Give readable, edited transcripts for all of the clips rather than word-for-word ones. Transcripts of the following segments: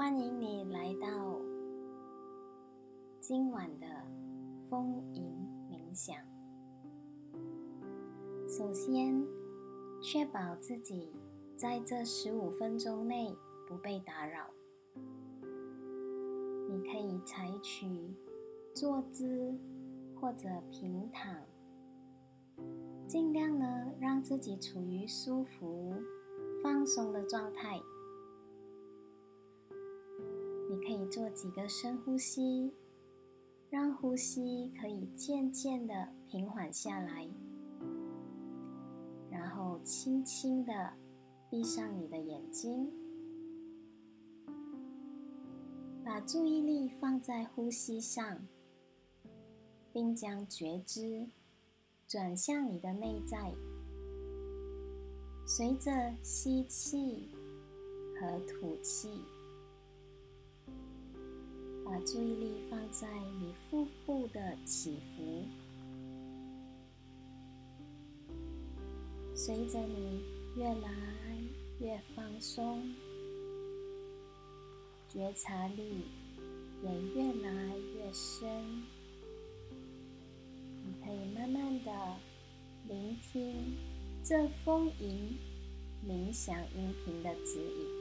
欢迎你来到今晚的丰盈冥想。首先，确保自己在这15分钟内不被打扰。你可以采取坐姿或者平躺，尽量让自己处于舒服、放松的状态。你可以做几个深呼吸，让呼吸可以渐渐的平缓下来，然后轻轻的闭上你的眼睛，把注意力放在呼吸上，并将觉知转向你的内在。随着吸气和吐气，把注意力放在你腹部的起伏，随着你越来越放松，觉察力也越来越深。你可以慢慢的聆听这丰盈冥想音频的指引。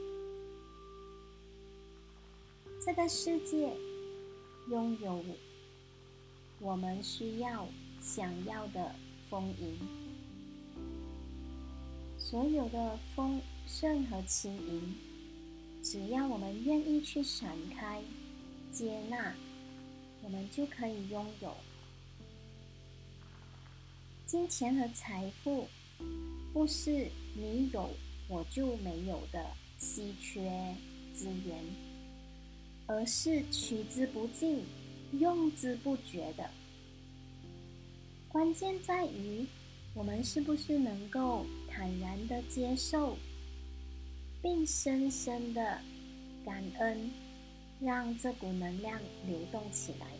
这个世界拥有我们需要、想要的丰盈。所有的丰盛和轻盈，只要我们愿意去闪开、接纳，我们就可以拥有。金钱和财富不是你有我就没有的稀缺资源，而是取之不尽、用之不绝的。关键在于我们是不是能够坦然地接受，并深深地感恩，让这股能量流动起来。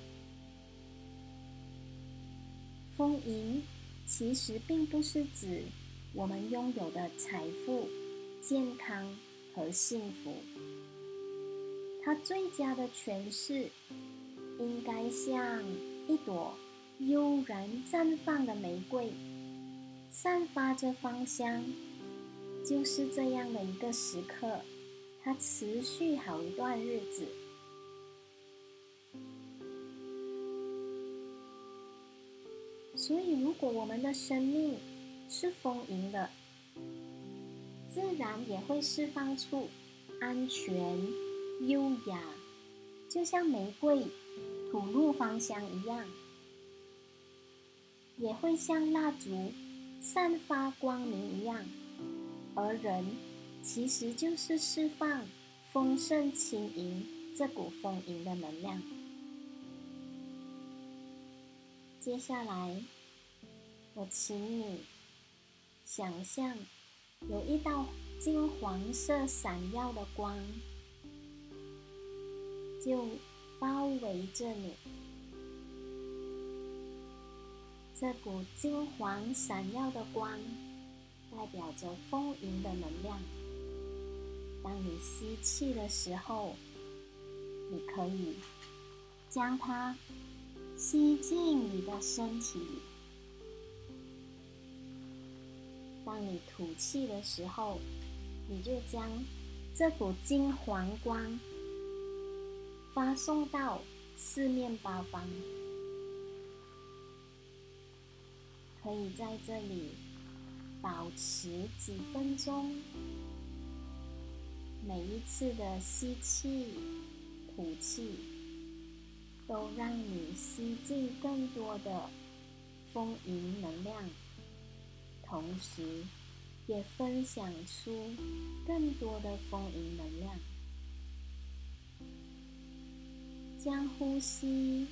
丰盈其实并不是指我们拥有的财富、健康和幸福，它最佳的诠释应该像一朵悠然绽放的玫瑰，散发着芳香。就是这样的一个时刻，它持续好一段日子。所以如果我们的生命是丰盈的，自然也会释放出安全、优雅，就像玫瑰吐露芳香一样，也会像蜡烛散发光明一样。而人其实就是释放丰盛轻盈这股丰盈的能量。接下来，我请你想象有一道金黄色闪耀的光，就包围着你。这股金黄闪耀的光代表着丰盈的能量。当你吸气的时候，你可以将它吸进你的身体里。当你吐气的时候，你就将这股金黄光发送到四面八方。可以在这里保持几分钟，每一次的吸气、吐气，都让你吸进更多的丰盈能量，同时也分享出更多的丰盈能量。将呼吸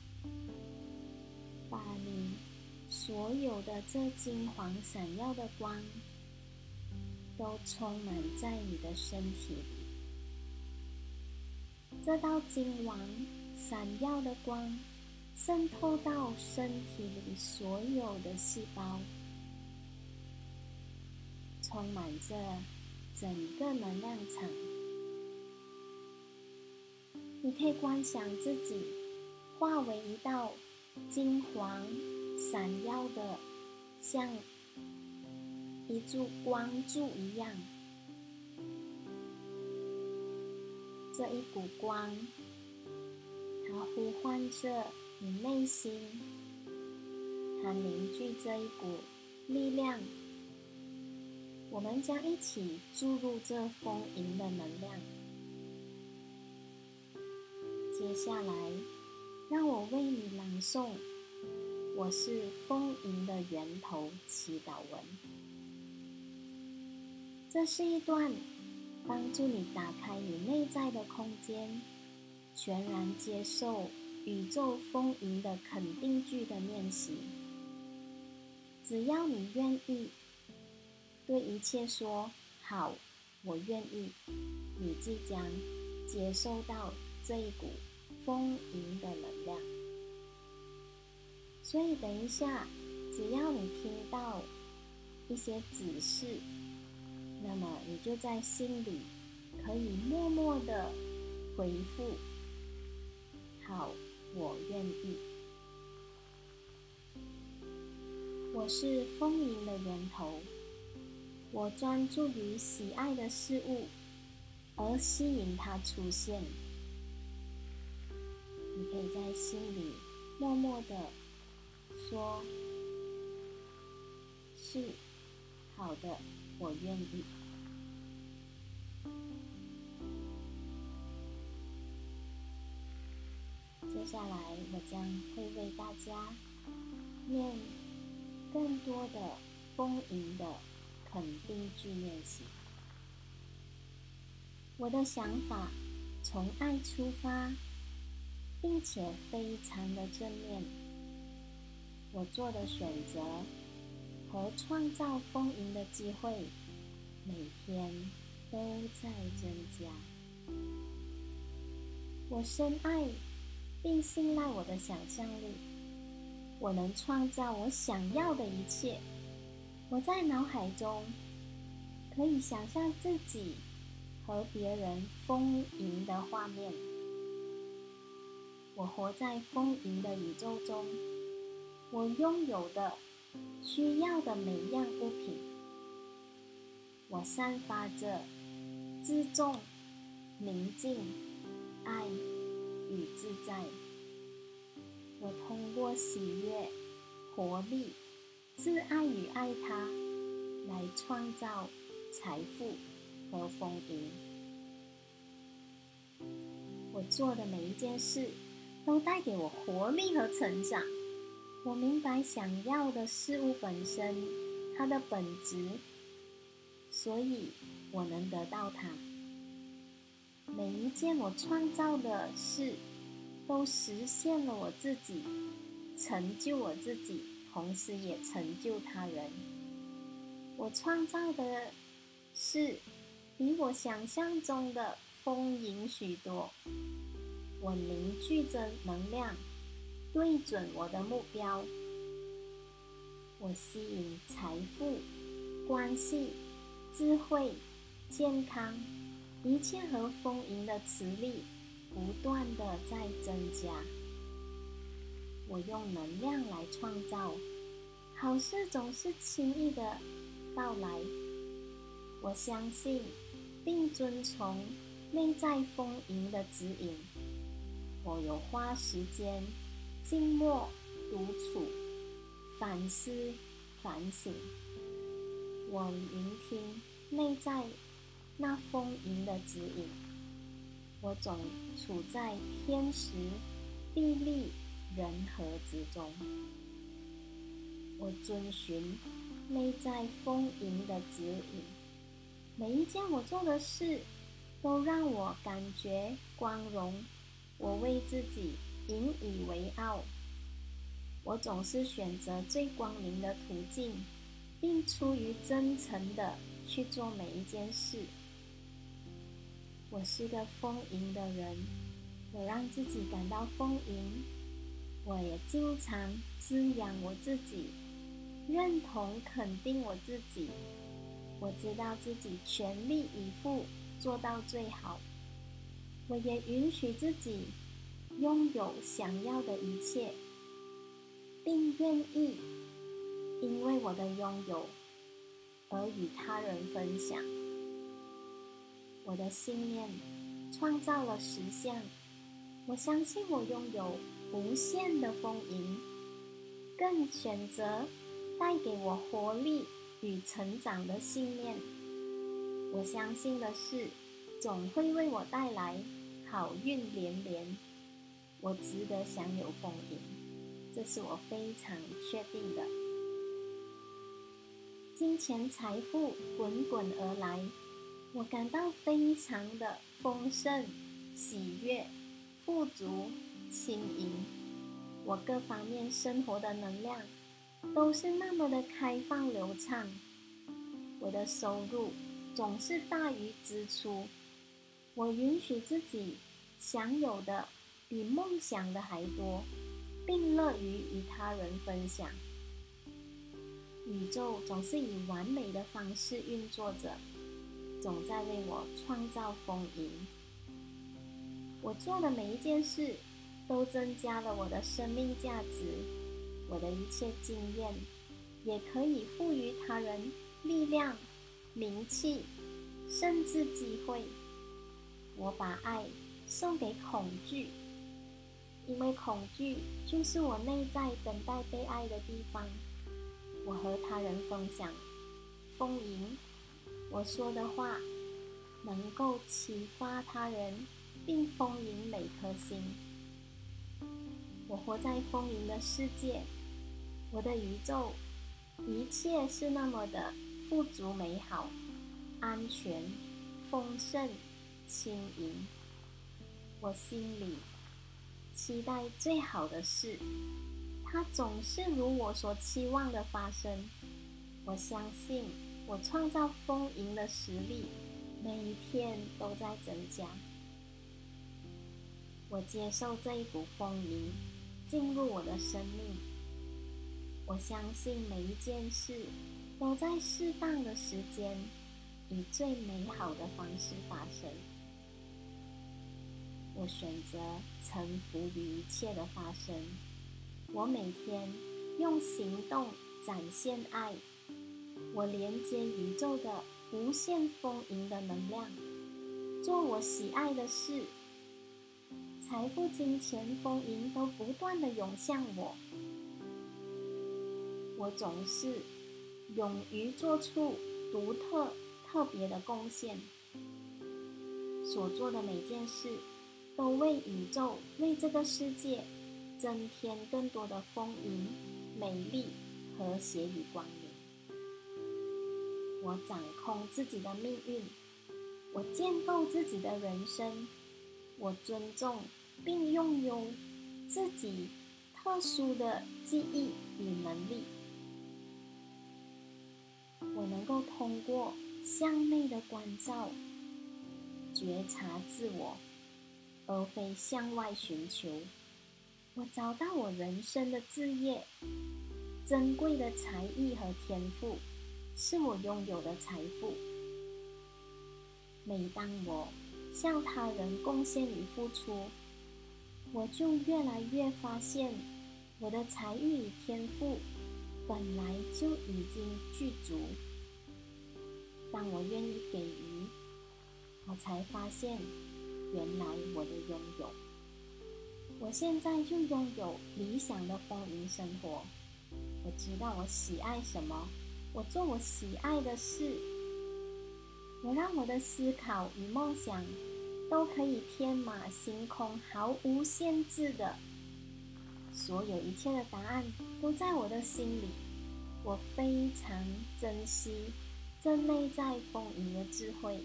把你所有的这金黄闪耀的光都充满在你的身体里。这道金黄闪耀的光渗透到身体里所有的细胞，充满着整个能量场。 你可以观想自己化为一道金黄闪耀的，像一柱光柱一样。这一股光，它呼唤着你内心，它凝聚这一股力量。我们将一起注入这丰盈的能量。接下来，让我为你朗诵我是丰盈的源头祈祷文。这是一段帮助你打开你内在的空间，全然接受宇宙丰盈的肯定句的练习。只要你愿意对一切说好，我愿意，你即将接受到这一股丰盈的能量。所以等一下，只要你听到一些指示，那么你就在心里可以默默的回复好，我愿意。我是丰盈的源头，我专注于喜爱的事物，而吸引它出现。你可以在心里默默的说，是好的，我愿意。接下来我将会为大家念更多的丰盈的肯定句练习。我的想法从爱出发，并且非常的正面。我做的选择和创造丰盈的机会，每天都在增加。我深爱并信赖我的想象力，我能创造我想要的一切。我在脑海中可以想象自己和别人丰盈的画面。我活在丰盈的宇宙中，我拥有的需要的每样物品，我散发着自重、宁静、爱与自在。我通过喜悦、活力、自爱与爱他，来创造财富和丰盈。我做的每一件事都带给我活力和成长。我明白想要的事物本身，它的本质，所以我能得到它。每一件我创造的事，都实现了我自己，成就我自己，同时也成就他人。我创造的事，比我想象中的丰盈许多。我凝聚着能量，对准我的目标。我吸引财富、关系、智慧、健康，一切和丰盈的磁力不断的在增加。我用能量来创造，好事总是轻易的到来。我相信并遵从内在丰盈的指引。我有花时间静默独处，反思反省。我聆听内在那丰盈的指引。我总处在天时地利人和之中。我遵循内在丰盈的指引。每一件我做的事都让我感觉光荣。我为自己引以为傲。我总是选择最光明的途径，并出于真诚的去做每一件事。我是个丰盈的人，我让自己感到丰盈。我也经常滋养我自己，认同肯定我自己。我知道自己全力以赴做到最好。 我也允许自己拥有想要的一切，并愿意因为我的拥有而与他人分享。我的信念创造了实相，我相信我拥有无限的丰盈，更选择带给我活力与成长的信念。我相信的事总会为我带来好运连连，我值得享有丰盈，这是我非常确定的。金钱财富滚滚而来，我感到非常的丰盛、喜悦、富足、轻盈。我各方面生活的能量都是那么的开放流畅。我的收入总是大于支出。我允许自己享有的比梦想的还多，并乐于与他人分享。宇宙总是以完美的方式运作着，总在为我创造丰盈。我做的每一件事都增加了我的生命价值，我的一切经验也可以赋予他人力量、名气，甚至机会。我把爱送给恐惧，因为恐惧就是我内在等待被爱的地方。我和他人分享丰盈，我说的话能够启发他人，并丰盈每颗心。我活在丰盈的世界，我的宇宙一切是那么的富足美好、安全、丰盛、轻盈。我心里期待最好的事，它总是如我所期望的发生。我相信我创造丰盈的实力每一天都在增加。我接受这一股丰盈进入我的生命。我相信每一件事都在适当的时间以最美好的方式发生。我选择臣服于一切的发生。我每天用行动展现爱。我连接宇宙的无限丰盈的能量，做我喜爱的事。财富、金钱、丰盈都不断地涌向我。我总是勇于做出独特、特别的贡献。所做的每件事都为宇宙、为这个世界增添更多的丰盈、美丽、和谐与光明。我掌控自己的命运，我建构自己的人生，我尊重并拥有自己特殊的记忆与能力。我能够通过向内的关照，觉察自我，而非向外寻求。我找到我人生的志业，珍贵的才艺和天赋是我拥有的财富。每当我向他人贡献与付出，我就越来越发现我的才艺与天赋本来就已经具足。当我愿意给予，我才发现原来我的拥有。我现在就拥有理想的丰盈生活。我知道我喜爱什么，我做我喜爱的事。我让我的思考与梦想都可以天马行空，毫无限制的。所有一切的答案都在我的心里。我非常珍惜这内在丰盈的智慧。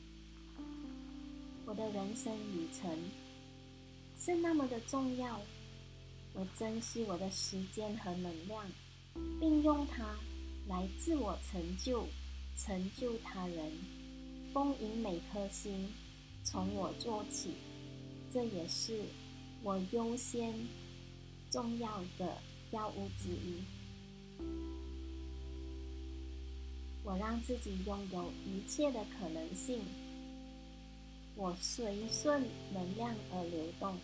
我的人生旅程是那么的重要，我珍惜我的时间和能量，并用它来自我成就，成就他人，丰盈每颗心，从我做起。这也是我优先重要的要务之一。我让自己拥有一切的可能性。 我随顺能量而流动。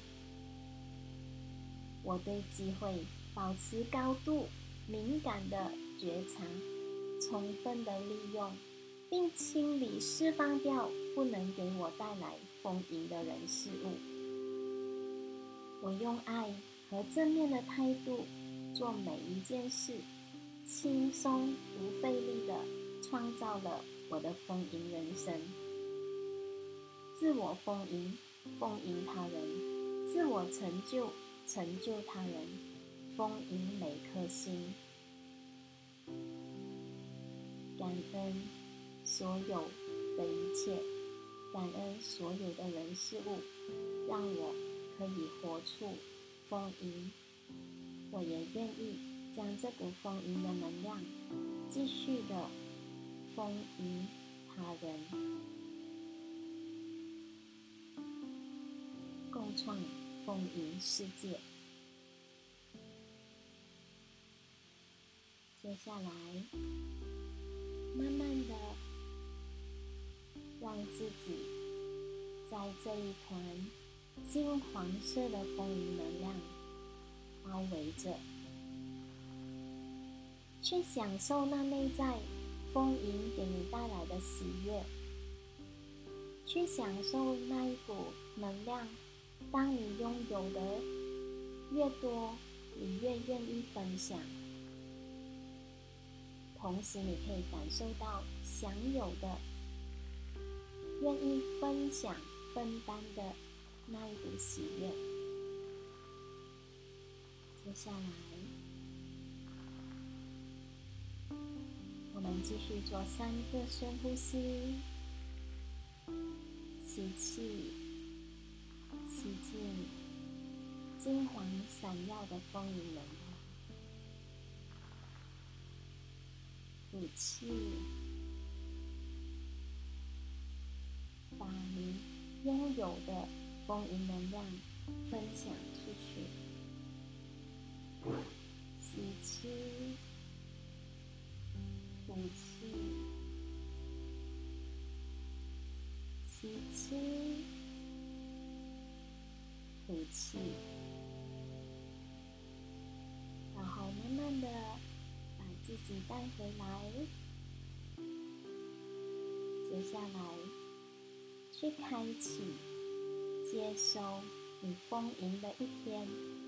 我对机会保持高度敏感的觉察，充分的利用，并清理释放掉不能给我带来丰盈的人事物。我用爱和正面的态度做每一件事，轻松不费力地创造了我的丰盈人生。自我丰盈，丰盈他人；自我成就，成就他人，丰盈每颗心。感恩所有的一切，感恩所有的人事物，让我可以活出丰盈。我也愿意将这股丰盈的能量继续的丰盈他人，共创丰盈世界。接下来慢慢的让自己在这一团金黄色的丰盈能量包围着，去享受那内在丰盈给你带来的喜悦，去享受那一股能量。当你拥有的越多，你越愿意分享，同时你可以感受到享有的愿意分享分担的那一股喜悦。接下来我们继续做3个深呼吸，吸气，吸进金黄闪耀的丰盈能量，吐气，把你拥有的丰盈能量分享出去。吸气，吐气，吸气，吐气，然后慢慢的把自己带回来。接下来去开启接收你丰盈的一天。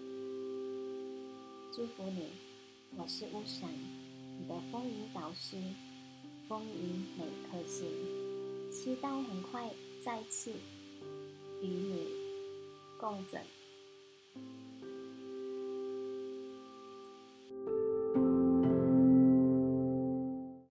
祝福你，我是巫闪，你的丰盈导师，丰盈每颗心。期待很快再次与你共振。